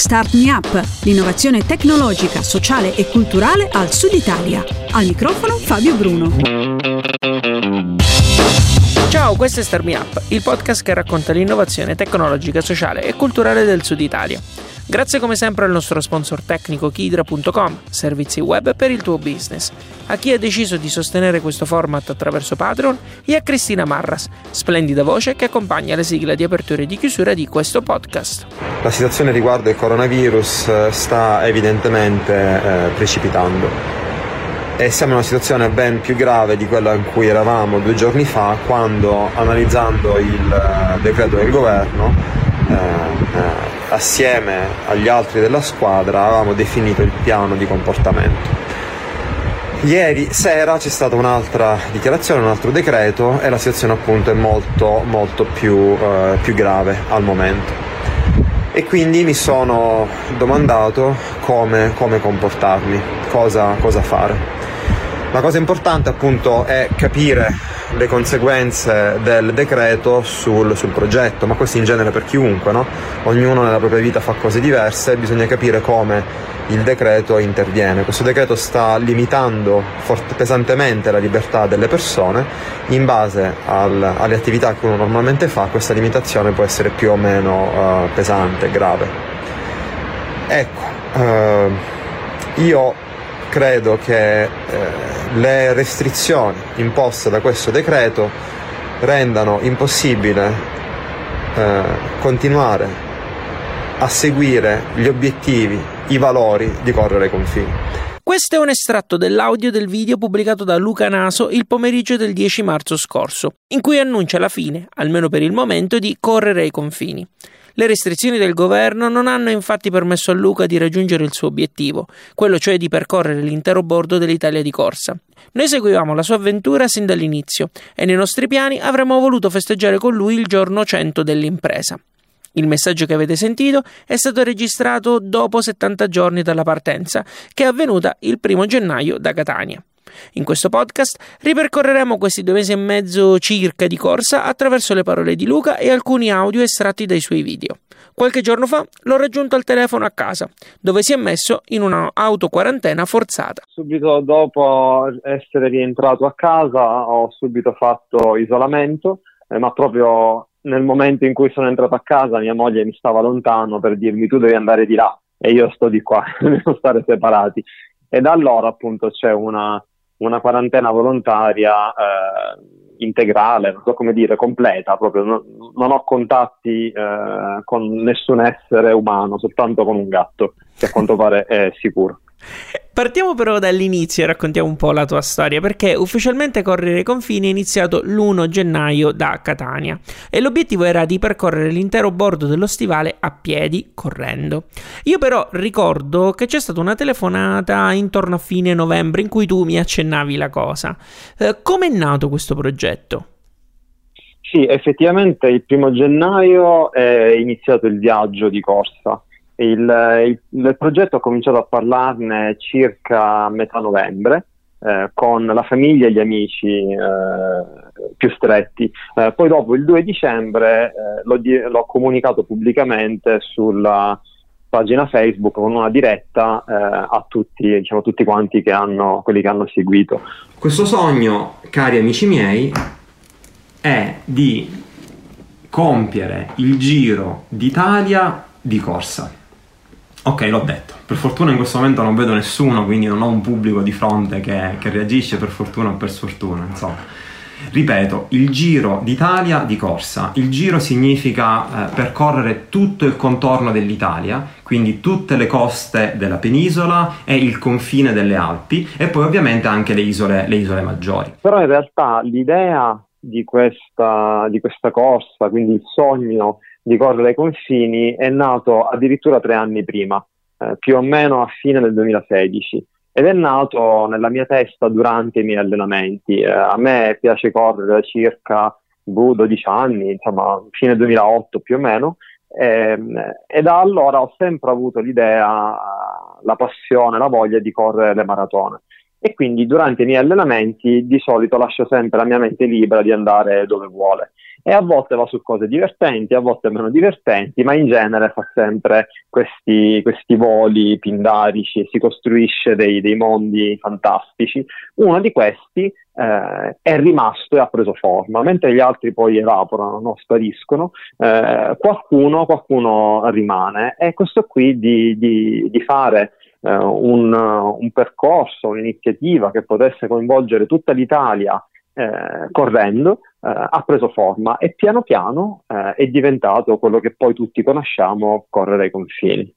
Start Me Up, l'innovazione tecnologica, sociale e culturale al Sud Italia. Al microfono Fabio Bruno. Ciao, questo è Start Me Up, il podcast che racconta l'innovazione tecnologica, sociale e culturale del Sud Italia. Grazie come sempre al nostro sponsor tecnico Kidra.com, servizi web per il tuo business, a chi ha deciso di sostenere questo format attraverso Patreon e a Cristina Marras, splendida voce che accompagna la sigla di apertura e di chiusura di questo podcast. La situazione riguardo il coronavirus sta evidentemente precipitando e siamo in una situazione ben più grave di quella in cui eravamo 2 giorni fa, quando, analizzando il decreto del governo, assieme agli altri della squadra avevamo definito il piano di comportamento. Ieri sera c'è stata un'altra dichiarazione, un altro decreto, e la situazione appunto è molto più grave al momento, e quindi mi sono domandato come comportarmi, cosa fare. La cosa importante appunto è capire le conseguenze del decreto sul progetto, ma questo in genere per chiunque, no? Ognuno nella propria vita fa cose diverse, bisogna capire come il decreto interviene. Questo decreto sta limitando pesantemente la libertà delle persone. In base alle attività che uno normalmente fa, questa limitazione può essere più o meno pesante, grave. Ecco, io credo che le restrizioni imposte da questo decreto rendano impossibile continuare a seguire gli obiettivi, i valori di correre i confini. Questo è un estratto dell'audio del video pubblicato da Luca Naso il pomeriggio del 10 marzo scorso, in cui annuncia la fine, almeno per il momento, di Correre ai confini. Le restrizioni del governo non hanno infatti permesso a Luca di raggiungere il suo obiettivo, quello cioè di percorrere l'intero bordo dell'Italia di corsa. Noi seguivamo la sua avventura sin dall'inizio e nei nostri piani avremmo voluto festeggiare con lui il giorno 100 dell'impresa. Il messaggio che avete sentito è stato registrato dopo 70 giorni dalla partenza, che è avvenuta il 1 gennaio da Catania. In questo podcast ripercorreremo questi 2 mesi e mezzo circa di corsa attraverso le parole di Luca e alcuni audio estratti dai suoi video. Qualche giorno fa l'ho raggiunto al telefono a casa, dove si è messo in una autoquarantena forzata. Subito dopo essere rientrato a casa ho subito fatto isolamento, ma proprio nel momento in cui sono entrato a casa mia moglie mi stava lontano per dirmi: tu devi andare di là e io sto di qua, dobbiamo stare separati. E da allora appunto c'è una quarantena volontaria integrale, non so come dire, completa, proprio non ho contatti con nessun essere umano, soltanto con un gatto, che a quanto pare è sicuro. Partiamo però dall'inizio e raccontiamo un po' la tua storia, perché ufficialmente Correre ai confini è iniziato l'1 gennaio da Catania e l'obiettivo era di percorrere l'intero bordo dello stivale a piedi, correndo. Io però ricordo che c'è stata una telefonata intorno a fine novembre in cui tu mi accennavi la cosa. Come è nato questo progetto? Sì, effettivamente il 1 gennaio è iniziato il viaggio di corsa. Il progetto ho cominciato a parlarne circa a metà novembre con la famiglia e gli amici più stretti. Poi dopo il 2 dicembre l'ho comunicato pubblicamente sulla pagina Facebook con una diretta a tutti quanti quelli che hanno seguito. Questo sogno, cari amici miei, è di compiere il Giro d'Italia di corsa. Ok, l'ho detto. Per fortuna in questo momento non vedo nessuno, quindi non ho un pubblico di fronte che reagisce, per fortuna o per sfortuna, insomma. Ripeto, il Giro d'Italia di corsa. Il giro significa percorrere tutto il contorno dell'Italia, quindi tutte le coste della penisola e il confine delle Alpi, e poi ovviamente anche le isole maggiori. Però in realtà l'idea di questa corsa, quindi il sogno di correre ai confini, è nato addirittura 3 anni prima, più o meno a fine del 2016, ed è nato nella mia testa durante i miei allenamenti. A me piace correre da circa 12 anni, insomma fine 2008 più o meno, e da allora ho sempre avuto l'idea, la passione, la voglia di correre le maratone. e quindi durante i miei allenamenti di solito lascio sempre la mia mente libera di andare dove vuole. E a volte va su cose divertenti, a volte meno divertenti, ma in genere fa sempre questi voli pindarici e si costruisce dei mondi fantastici. Uno di questi è rimasto e ha preso forma, mentre gli altri poi evaporano, no? Spariscono, qualcuno rimane. E questo qui di fare un percorso, un'iniziativa che potesse coinvolgere tutta l'Italia correndo, ha preso forma e piano piano è diventato quello che poi tutti conosciamo, correre ai confini.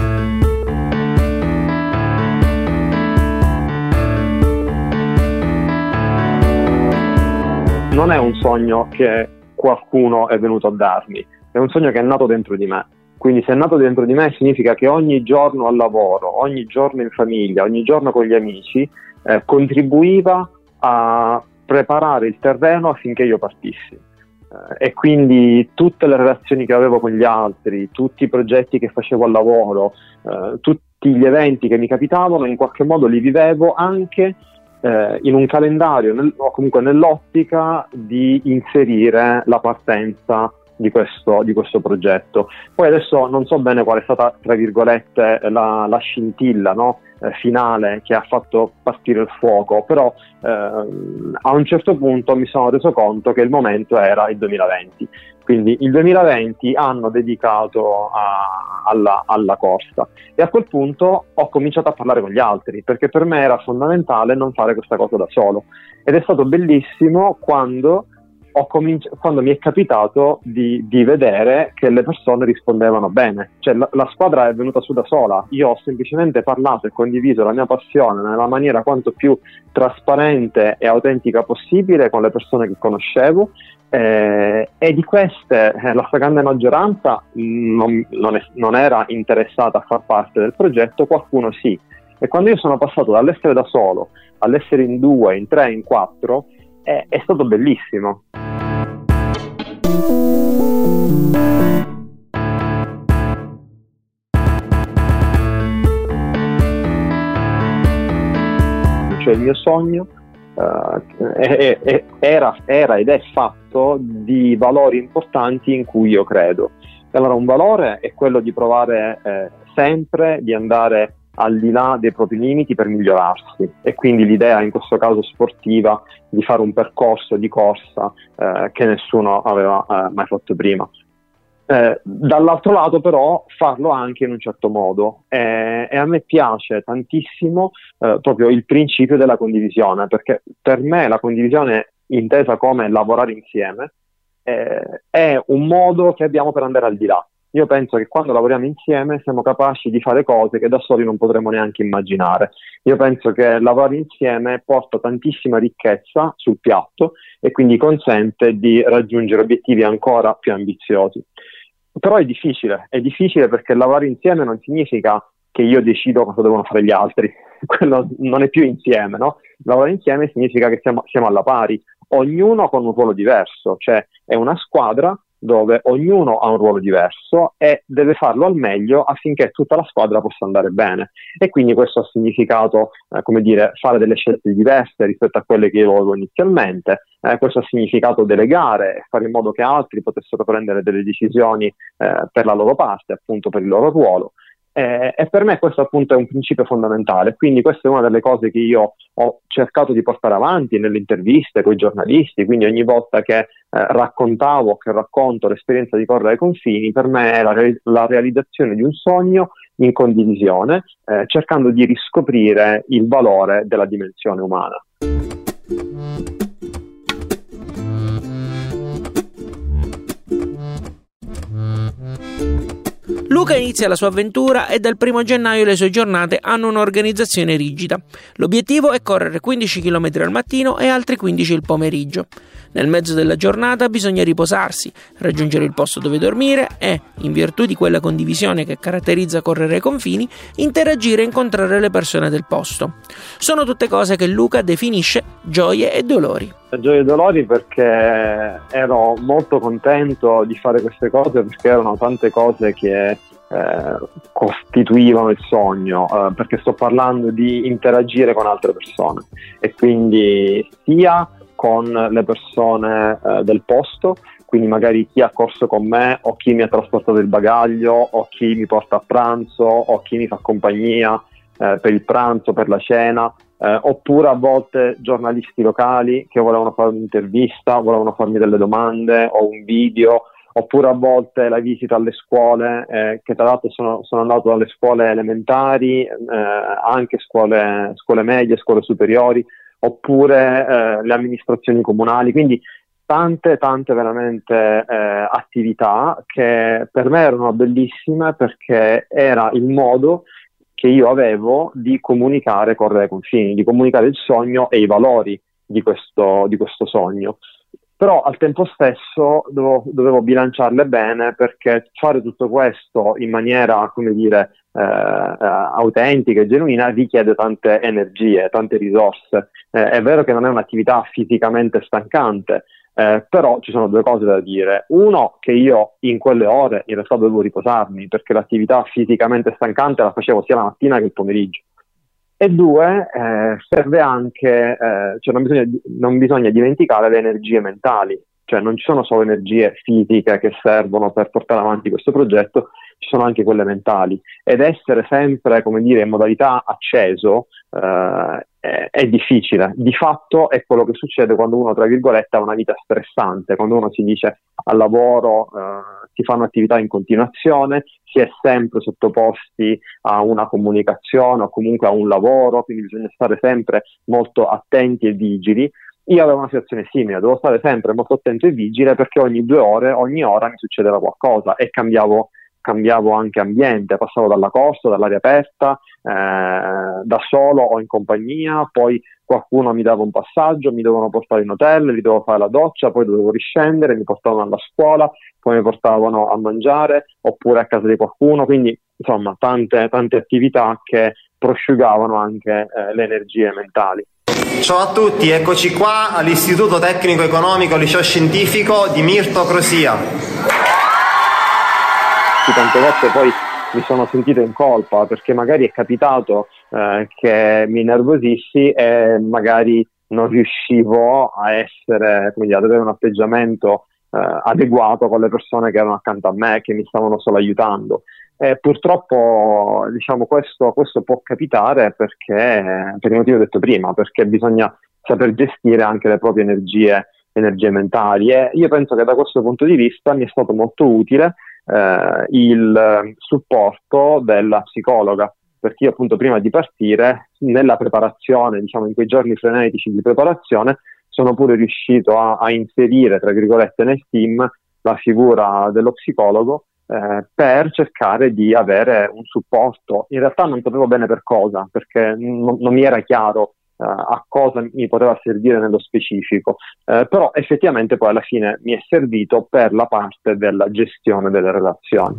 Non è un sogno che qualcuno è venuto a darmi, è un sogno che è nato dentro di me. Quindi se è nato dentro di me significa che ogni giorno al lavoro, ogni giorno in famiglia, ogni giorno con gli amici contribuiva a preparare il terreno affinché io partissi. E quindi tutte le relazioni che avevo con gli altri, tutti i progetti che facevo al lavoro, tutti gli eventi che mi capitavano, in qualche modo li vivevo anche in un calendario o comunque nell'ottica di inserire la partenza di questo progetto. Poi adesso non so bene qual è stata, tra virgolette, la scintilla, no? Finale che ha fatto partire il fuoco, però a un certo punto mi sono reso conto che il momento era il 2020, quindi il 2020 anno dedicato alla corsa, e a quel punto ho cominciato a parlare con gli altri, perché per me era fondamentale non fare questa cosa da solo, ed è stato bellissimo quando mi è capitato di vedere che le persone rispondevano bene, cioè la squadra è venuta su da sola. Io ho semplicemente parlato e condiviso la mia passione nella maniera quanto più trasparente e autentica possibile con le persone che conoscevo, e di queste la stragrande maggioranza non era interessata a far parte del progetto, qualcuno sì. E quando io sono passato dall'essere da solo all'essere in 2, in 3, in 4, è stato bellissimo. Cioè il mio sogno era ed è fatto di valori importanti in cui io credo. Allora un valore è quello di provare sempre di andare al di là dei propri limiti per migliorarsi, e quindi l'idea in questo caso sportiva di fare un percorso di corsa che nessuno aveva mai fatto prima. Dall'altro lato però farlo anche in un certo modo, e a me piace tantissimo proprio il principio della condivisione, perché per me la condivisione intesa come lavorare insieme è un modo che abbiamo per andare al di là. Io penso che quando lavoriamo insieme siamo capaci di fare cose che da soli non potremmo neanche immaginare. Io penso che lavorare insieme porta tantissima ricchezza sul piatto e quindi consente di raggiungere obiettivi ancora più ambiziosi. Però è difficile perché lavorare insieme non significa che io decido cosa devono fare gli altri. Quello non è più insieme, no? Lavorare insieme significa che siamo alla pari, ognuno con un ruolo diverso, cioè è una squadra dove ognuno ha un ruolo diverso e deve farlo al meglio affinché tutta la squadra possa andare bene. E quindi questo ha significato, fare delle scelte diverse rispetto a quelle che io avevo inizialmente. Questo ha significato delegare e fare in modo che altri potessero prendere delle decisioni per la loro parte, appunto per il loro ruolo. E per me questo appunto è un principio fondamentale, quindi questa è una delle cose che io ho cercato di portare avanti nelle interviste con i giornalisti, quindi ogni volta che racconto l'esperienza di correre ai confini, per me è la realizzazione di un sogno in condivisione, cercando di riscoprire il valore della dimensione umana. Luca inizia la sua avventura e dal 1 gennaio le sue giornate hanno un'organizzazione rigida. L'obiettivo è correre 15 km al mattino e altri 15 il pomeriggio. Nel mezzo della giornata bisogna riposarsi, raggiungere il posto dove dormire e, in virtù di quella condivisione che caratterizza correre ai confini, interagire e incontrare le persone del posto. Sono tutte cose che Luca definisce gioie e dolori. Gioie e dolori perché ero molto contento di fare queste cose, perché erano tante cose che costituivano il sogno, perché sto parlando di interagire con altre persone, e quindi sia con le persone del posto, quindi magari chi ha corso con me o chi mi ha trasportato il bagaglio o chi mi porta a pranzo o chi mi fa compagnia per il pranzo, per la cena, oppure a volte giornalisti locali che volevano fare un'intervista, volevano farmi delle domande o un video, oppure a volte la visita alle scuole, che tra l'altro sono andato alle scuole elementari, anche scuole medie, scuole superiori, oppure le amministrazioni comunali, quindi tante veramente attività che per me erano bellissime, perché era il modo che io avevo di comunicare Correre ai confini, di comunicare il sogno e i valori di questo sogno. Però al tempo stesso dovevo bilanciarle bene, perché fare tutto questo in maniera, come dire, autentica e genuina richiede tante energie, tante risorse. È vero che non è un'attività fisicamente stancante, però ci sono due cose da dire. Uno, che io in quelle ore in realtà dovevo riposarmi, perché l'attività fisicamente stancante la facevo sia la mattina che il pomeriggio. E due, serve anche, cioè non bisogna dimenticare le energie mentali, cioè non ci sono solo energie fisiche che servono per portare avanti questo progetto, ci sono anche quelle mentali, ed essere sempre, come dire, in modalità acceso è difficile. Di fatto è quello che succede quando uno, tra virgolette, ha una vita stressante, quando uno si dice al lavoro si fanno attività in continuazione, si è sempre sottoposti a una comunicazione o comunque a un lavoro, quindi bisogna stare sempre molto attenti e vigili. Io avevo una situazione simile, dovevo stare sempre molto attento e vigile, perché ogni 2 ore, ogni ora mi succedeva qualcosa, e cambiavo anche ambiente, passavo dalla corsa, dall'aria aperta, da solo o in compagnia, poi qualcuno mi dava un passaggio, mi dovevano portare in hotel, mi dovevo fare la doccia, poi dovevo riscendere, mi portavano alla scuola, poi mi portavano a mangiare, oppure a casa di qualcuno, quindi insomma tante attività che prosciugavano anche le energie mentali. Ciao a tutti, eccoci qua all'Istituto Tecnico Economico Liceo Scientifico di Mirto Crosia. Tante volte poi mi sono sentito in colpa, perché magari è capitato che mi nervosissi e magari non riuscivo a essere, come dire, ad avere un atteggiamento adeguato con le persone che erano accanto a me, che mi stavano solo aiutando. Purtroppo, diciamo, questo può capitare perché, per il motivo detto prima, perché bisogna saper gestire anche le proprie energie mentali, e io penso che da questo punto di vista mi è stato molto utile il supporto della psicologa, perché io appunto prima di partire, nella preparazione, diciamo in quei giorni frenetici di preparazione, sono pure riuscito a inserire, tra virgolette, nel team la figura dello psicologo, per cercare di avere un supporto. In realtà non sapevo bene per cosa, perché non mi era chiaro a cosa mi poteva servire nello specifico, però effettivamente poi alla fine mi è servito per la parte della gestione delle relazioni.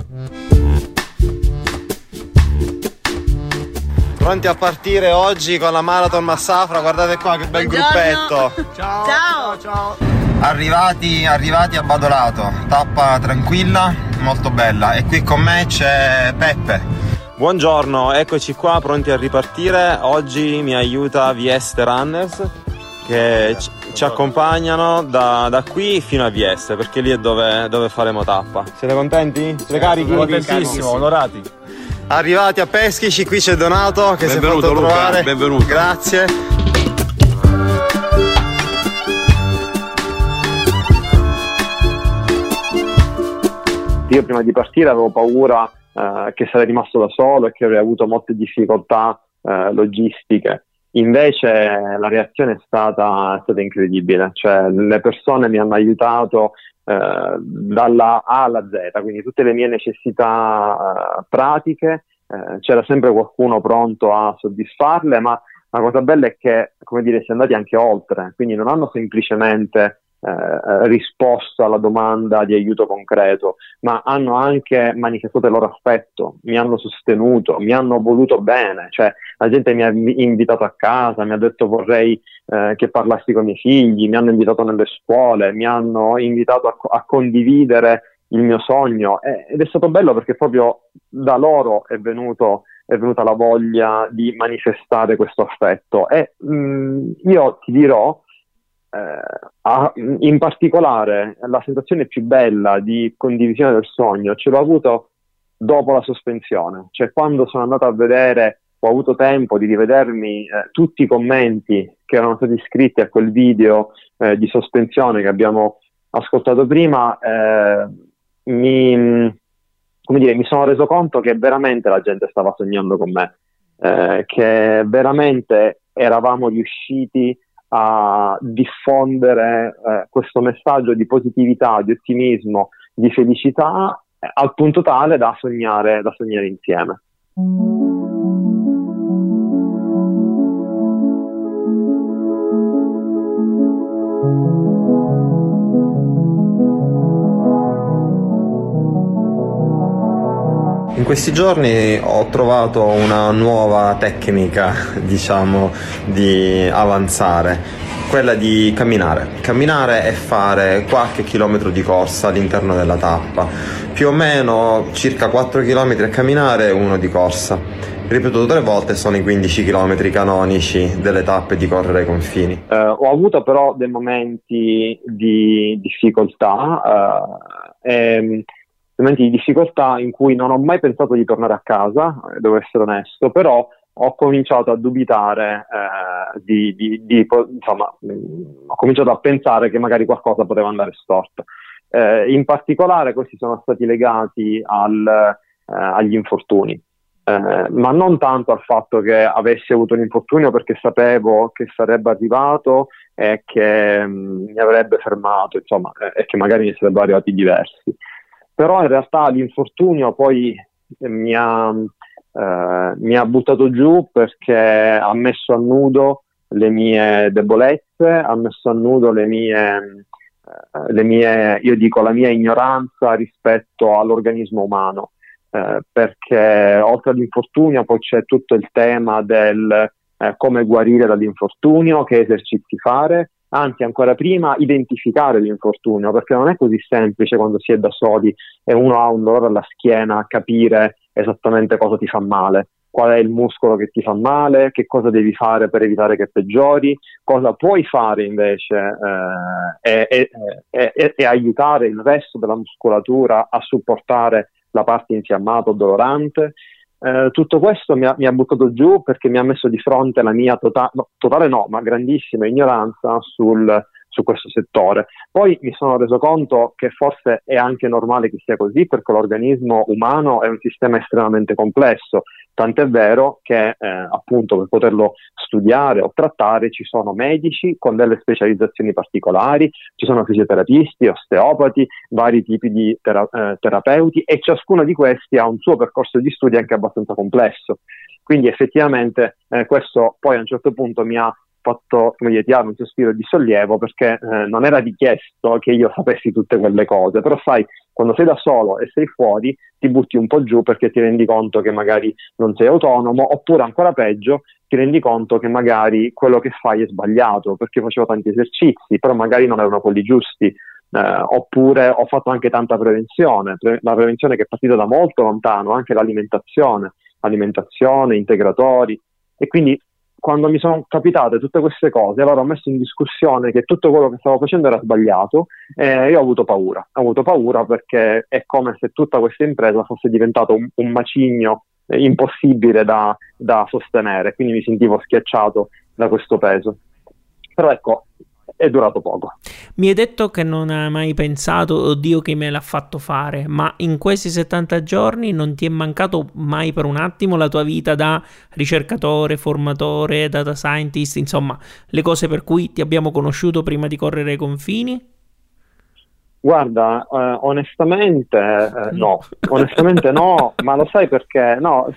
Pronti a partire oggi con la Marathon Massafra? Guardate qua che bel gruppetto. Ciao. Arrivati a Badolato, tappa tranquilla, molto bella, e qui con me c'è Peppe. Buongiorno, eccoci qua pronti a ripartire. Oggi mi aiuta Vieste Runners, che ci accompagnano da qui fino a Vieste, perché lì è dove faremo tappa. Siete contenti? Siete carichi? Contentissimo, onorati. Arrivati a Peschici, qui c'è Donato che benvenuto, si è fatto trovare. Benvenuto. Grazie. Io prima di partire avevo paura che sarei rimasto da solo e che avrei avuto molte difficoltà logistiche. Invece la reazione è stata incredibile, cioè le persone mi hanno aiutato dalla A alla Z, quindi tutte le mie necessità pratiche, c'era sempre qualcuno pronto a soddisfarle, ma la cosa bella è che, come dire, si è andati anche oltre, quindi non hanno semplicemente risposto alla domanda di aiuto concreto, ma hanno anche manifestato il loro affetto, mi hanno sostenuto, mi hanno voluto bene, cioè la gente mi ha invitato a casa, mi ha detto vorrei che parlassi con i miei figli, mi hanno invitato nelle scuole, mi hanno invitato a condividere il mio sogno, ed è stato bello perché proprio da loro è venuta la voglia di manifestare questo affetto. E io ti dirò, in particolare la sensazione più bella di condivisione del sogno ce l'ho avuto dopo la sospensione, cioè quando sono andato a vedere, ho avuto tempo di rivedermi tutti i commenti che erano stati scritti a quel video di sospensione che abbiamo ascoltato prima. Mi sono reso conto che veramente la gente stava sognando con me, che veramente eravamo riusciti a diffondere questo messaggio di positività, di ottimismo, di felicità, al punto tale da sognare insieme. In questi giorni ho trovato una nuova tecnica, diciamo, di avanzare, quella di camminare e fare qualche chilometro di corsa all'interno della tappa, più o meno circa 4 km a camminare e 1 di corsa, ripetuto 3 volte. Sono i 15 km canonici delle tappe di Correre ai Confini. Ho avuto però dei momenti di difficoltà, momenti di difficoltà in cui non ho mai pensato di tornare a casa, devo essere onesto, però ho cominciato a dubitare, ho cominciato a pensare che magari qualcosa poteva andare storto. In particolare questi sono stati legati agli infortuni, ma non tanto al fatto che avessi avuto un infortunio, perché sapevo che sarebbe arrivato e che mi avrebbe fermato, insomma, e che magari ne sarebbero arrivati diversi. Però in realtà l'infortunio poi mi ha buttato giù, perché ha messo a nudo le mie debolezze, ha messo a nudo la mia ignoranza rispetto all'organismo umano, perché oltre all'infortunio poi c'è tutto il tema del come guarire dall'infortunio, che esercizi fare. Anzi, ancora prima, identificare l'infortunio, perché non è così semplice quando si è da soli e uno ha un dolore alla schiena capire esattamente cosa ti fa male, qual è il muscolo che ti fa male, che cosa devi fare per evitare che peggiori, cosa puoi fare invece e aiutare il resto della muscolatura a supportare la parte infiammata o dolorante. Tutto questo mi ha buttato giù, perché mi ha messo di fronte la mia ma grandissima ignoranza su questo settore. Poi mi sono reso conto che forse è anche normale che sia così, perché l'organismo umano è un sistema estremamente complesso, tant'è vero che appunto per poterlo studiare o trattare ci sono medici con delle specializzazioni particolari, ci sono fisioterapisti, osteopati, vari tipi di terapeuti, e ciascuno di questi ha un suo percorso di studi anche abbastanza complesso. Quindi effettivamente questo poi a un certo punto mi ha fatto, tirare un sospiro di sollievo, perché non era richiesto che io sapessi tutte quelle cose, però sai, quando sei da solo e sei fuori ti butti un po' giù, perché ti rendi conto che magari non sei autonomo, oppure ancora peggio ti rendi conto che magari quello che fai è sbagliato, perché facevo tanti esercizi però magari non erano quelli giusti, oppure ho fatto anche tanta prevenzione, la prevenzione che è partita da molto lontano, anche l'alimentazione, integratori, e quindi quando mi sono capitate tutte queste cose, allora ho messo in discussione che tutto quello che stavo facendo era sbagliato, e io ho avuto paura perché è come se tutta questa impresa fosse diventata un macigno impossibile da sostenere, quindi mi sentivo schiacciato da questo peso. Però ecco, è durato poco. Mi hai detto che non hai mai pensato, oddio che me l'ha fatto fare, ma in questi 70 giorni non ti è mancato mai per un attimo la tua vita da ricercatore, formatore, data scientist, insomma, le cose per cui ti abbiamo conosciuto prima di Correre ai Confini? Guarda, onestamente no, ma lo sai perché? No,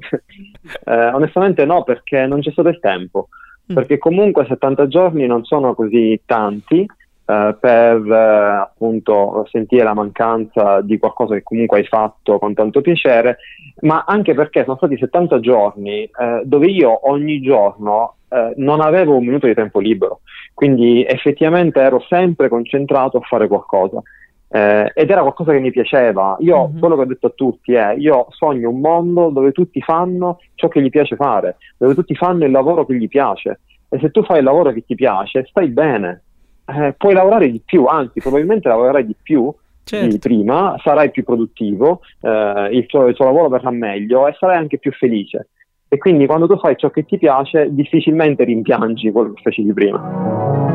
onestamente no, perché non c'è stato il tempo. Perché comunque 70 giorni non sono così tanti per appunto sentire la mancanza di qualcosa che comunque hai fatto con tanto piacere, ma anche perché sono stati 70 giorni dove io ogni giorno non avevo un minuto di tempo libero, quindi effettivamente ero sempre concentrato a fare qualcosa. ed era qualcosa che mi piaceva. Io quello che ho detto a tutti è: io sogno un mondo dove tutti fanno ciò che gli piace fare, dove tutti fanno il lavoro che gli piace, e se tu fai il lavoro che ti piace stai bene, puoi lavorare di più, anzi probabilmente lavorerai di più di prima, sarai più produttivo, il tuo lavoro verrà meglio e sarai anche più felice. E quindi quando tu fai ciò che ti piace difficilmente rimpiangi quello che facevi prima.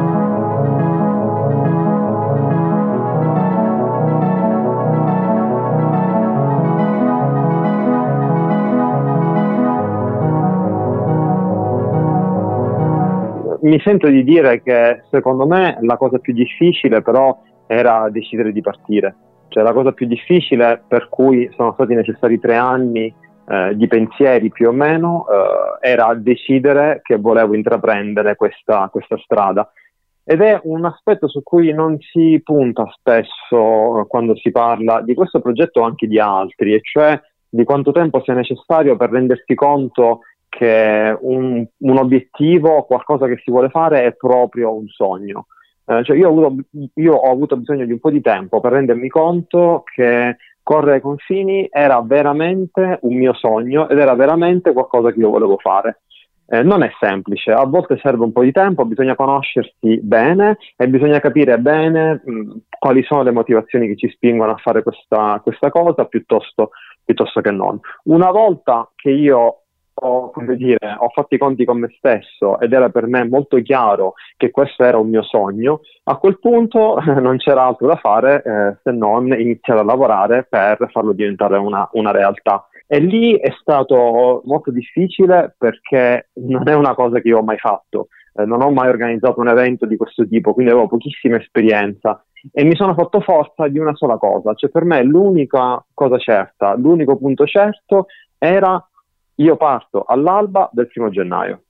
Mi sento di dire che secondo me la cosa più difficile però era decidere di partire, cioè la cosa più difficile, per cui sono stati necessari 3 anni di pensieri più o meno, era decidere che volevo intraprendere questa strada, ed è un aspetto su cui non si punta spesso quando si parla di questo progetto o anche di altri, e cioè di quanto tempo sia necessario per rendersi conto che un obiettivo, qualcosa che si vuole fare, è proprio un sogno. Cioè io ho avuto bisogno di un po' di tempo per rendermi conto che correre ai confini era veramente un mio sogno ed era veramente qualcosa che io volevo fare. Non è semplice, a volte serve un po' di tempo, bisogna conoscersi bene e bisogna capire bene quali sono le motivazioni che ci spingono a fare questa cosa piuttosto che non. Una volta che io ho fatto i conti con me stesso ed era per me molto chiaro che questo era un mio sogno, a quel punto non c'era altro da fare se non iniziare a lavorare per farlo diventare una realtà. E lì è stato molto difficile perché non è una cosa che io ho mai fatto, non ho mai organizzato un evento di questo tipo, quindi avevo pochissima esperienza e mi sono fatto forza di una sola cosa, cioè per me l'unica cosa certa, l'unico punto certo era: io parto all'alba del 1° gennaio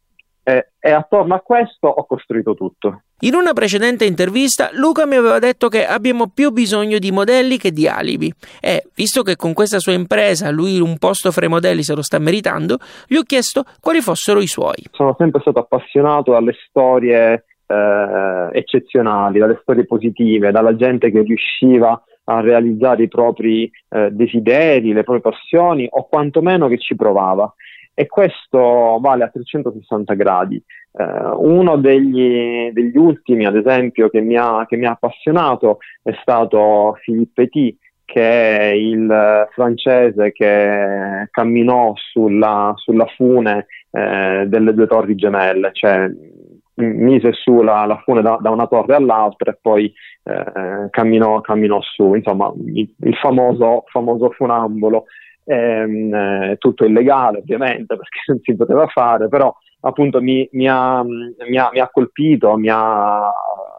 e attorno a questo ho costruito tutto. In una precedente intervista Luca mi aveva detto che abbiamo più bisogno di modelli che di alibi e, visto che con questa sua impresa lui un posto fra i modelli se lo sta meritando, gli ho chiesto quali fossero i suoi. Sono sempre stato appassionato dalle storie eccezionali, dalle storie positive, dalla gente che riusciva a realizzare i propri desideri, le proprie passioni, o quantomeno che ci provava. E questo vale a 360 gradi. Uno degli ultimi, ad esempio, che mi ha appassionato è stato Philippe Petit, che è il francese che camminò sulla fune delle 2 torri gemelle, cioè mise su la fune da una torre all'altra e poi camminò su, insomma, il famoso funambolo. Tutto illegale ovviamente perché non si poteva fare, però appunto mi ha colpito, mi ha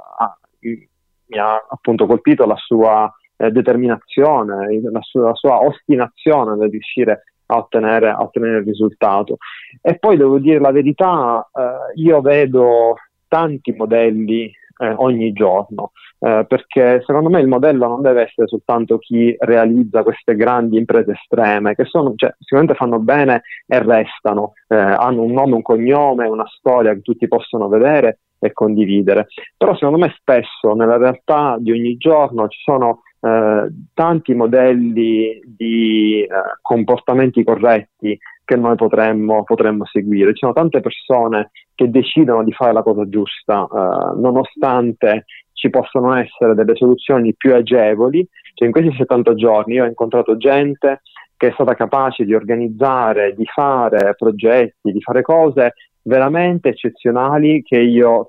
appunto colpito la sua determinazione, la sua ostinazione nel riuscire a ottenere il risultato. E poi devo dire la verità, io vedo tanti modelli ogni giorno, perché secondo me il modello non deve essere soltanto chi realizza queste grandi imprese estreme, che sicuramente fanno bene e restano, hanno un nome, un cognome, una storia che tutti possono vedere e condividere, però secondo me spesso nella realtà di ogni giorno ci sono tanti modelli di comportamenti corretti che noi potremmo seguire. Ci sono tante persone che decidono di fare la cosa giusta, nonostante ci possono essere delle soluzioni più agevoli. Cioè, in questi 70 giorni io ho incontrato gente che è stata capace di organizzare, di fare progetti, di fare cose veramente eccezionali che io,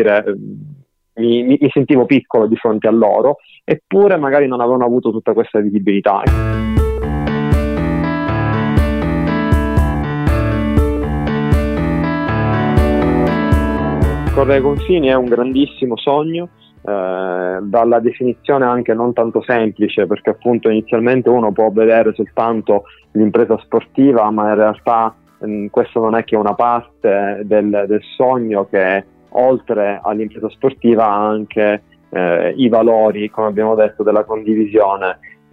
mi sentivo piccolo di fronte a loro, eppure magari non avevano avuto tutta questa visibilità. Correre ai confini è un grandissimo sogno, dalla definizione anche non tanto semplice, perché appunto inizialmente uno può vedere soltanto l'impresa sportiva, ma in realtà questo non è che una parte del sogno, che oltre all'impresa sportiva ha anche i valori, come abbiamo detto, della condivisione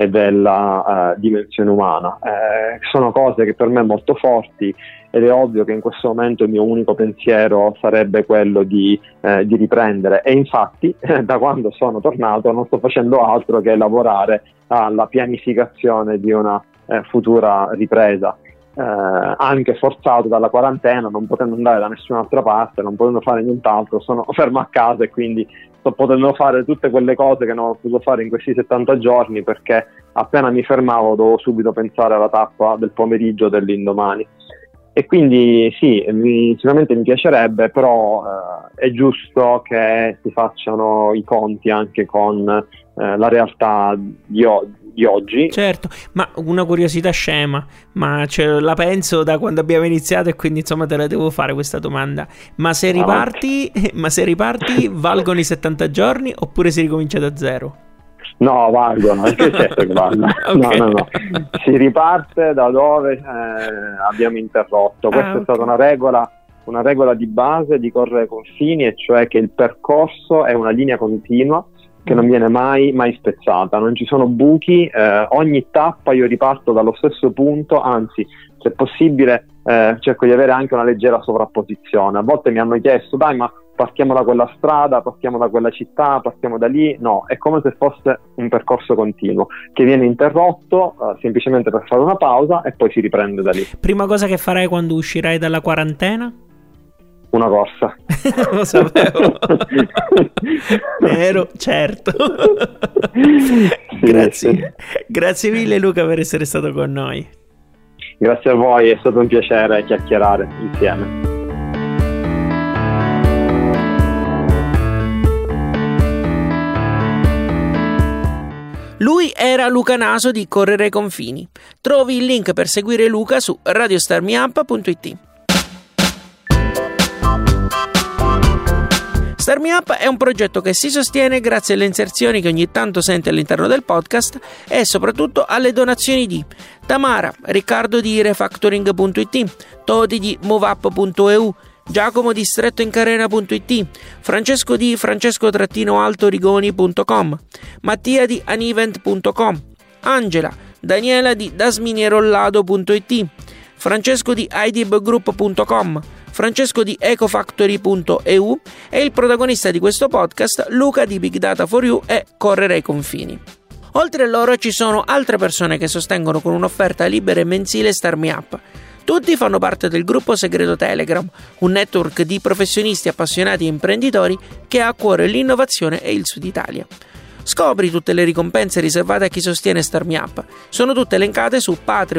e della dimensione umana. Sono cose che per me sono molto forti, ed è ovvio che in questo momento il mio unico pensiero sarebbe quello di riprendere, e infatti da quando sono tornato non sto facendo altro che lavorare alla pianificazione di una futura ripresa, anche forzato dalla quarantena, non potendo andare da nessun'altra parte, non potendo fare nient'altro, sono fermo a casa e quindi sto potendo fare tutte quelle cose che non ho potuto fare in questi 70 giorni, perché appena mi fermavo dovevo subito pensare alla tappa del pomeriggio dell'indomani. E quindi sì, sicuramente mi piacerebbe, però è giusto che si facciano i conti anche con la realtà di oggi. Certo, ma una curiosità scema, ma la penso da quando abbiamo iniziato e quindi insomma te la devo fare questa domanda. Ma se riparti, valgono i 70 giorni oppure si ricomincia da zero? No, valgono, è certo che valgono. Okay. No. Si riparte da dove abbiamo interrotto. Questa è stata una regola di base di Correre ai Confini, e cioè che il percorso è una linea continua che non viene mai spezzata, non ci sono buchi, ogni tappa io riparto dallo stesso punto, anzi, se possibile cerco di avere anche una leggera sovrapposizione. A volte mi hanno chiesto: dai, ma partiamo da quella strada, partiamo da quella città, partiamo da lì. No, è come se fosse un percorso continuo che viene interrotto semplicemente per fare una pausa e poi si riprende da lì. Prima cosa che farai quando uscirai dalla quarantena? Una corsa. Lo sapevo. Ero certo. Grazie. Grazie mille Luca per essere stato con noi. Grazie a voi, è stato un piacere chiacchierare insieme. Lui era Luca Naso di Correre ai Confini. Trovi il link per seguire Luca su radiostarmiup.it. Start Me Up è un progetto che si sostiene grazie alle inserzioni che ogni tanto sente all'interno del podcast e soprattutto alle donazioni di Tamara, Riccardo di refactoring.it, Todi di moveup.eu, Giacomo di strettoincarena.it, Francesco di francesco-altorigoni.com, Mattia di anivent.com, Angela, Daniela di dasminierolado.it, Francesco di idibgroup.com, Francesco di ecofactory.eu e il protagonista di questo podcast, Luca di Big Data for You e Correre ai Confini. Oltre a loro ci sono altre persone che sostengono con un'offerta libera e mensile Start Me Up. Tutti fanno parte del gruppo segreto Telegram, un network di professionisti appassionati e imprenditori che ha a cuore l'innovazione e il Sud Italia. Scopri tutte le ricompense riservate a chi sostiene Start Me Up. Sono tutte elencate su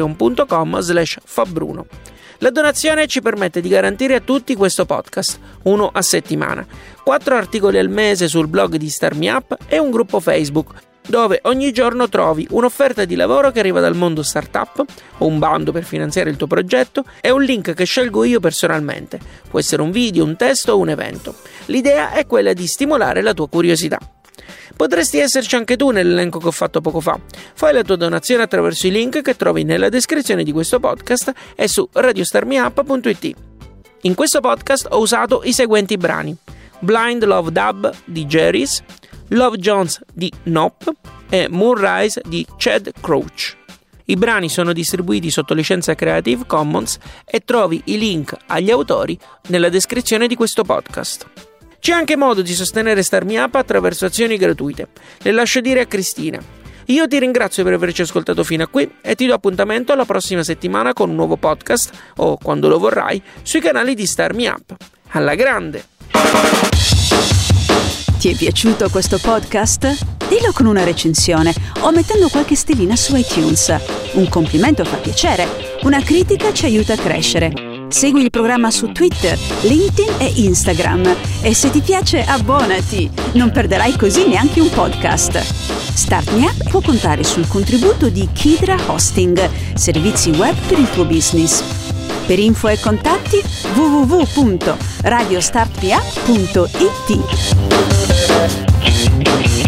patreon.com/Fabbruno. La donazione ci permette di garantire a tutti questo podcast, uno a settimana, 4 articoli al mese sul blog di Start Me Up e un gruppo Facebook, dove ogni giorno trovi un'offerta di lavoro che arriva dal mondo startup, o un bando per finanziare il tuo progetto, e un link che scelgo io personalmente. Può essere un video, un testo o un evento. L'idea è quella di stimolare la tua curiosità. Potresti esserci anche tu nell'elenco che ho fatto poco fa. Fai la tua donazione attraverso i link che trovi nella descrizione di questo podcast e su radiostarmiup.it. In questo podcast ho usato i seguenti brani: Blind Love Dub di Jerry's, Love Jones di Nope e Moonrise di Chad Crouch. I brani sono distribuiti sotto licenza Creative Commons e trovi i link agli autori nella descrizione di questo podcast. C'è anche modo di sostenere Start Me Up attraverso azioni gratuite. Le lascio dire a Cristina. Io ti ringrazio per averci ascoltato fino a qui e ti do appuntamento alla prossima settimana con un nuovo podcast, o quando lo vorrai, sui canali di Start Me Up. Alla grande! Ti è piaciuto questo podcast? Dillo con una recensione o mettendo qualche stellina su iTunes. Un complimento fa piacere, una critica ci aiuta a crescere. Segui il programma su Twitter, LinkedIn e Instagram. E se ti piace, abbonati! Non perderai così neanche un podcast. Start Me Up può contare sul contributo di Kidra Hosting, servizi web per il tuo business. Per info e contatti www.radiostartmeup.it.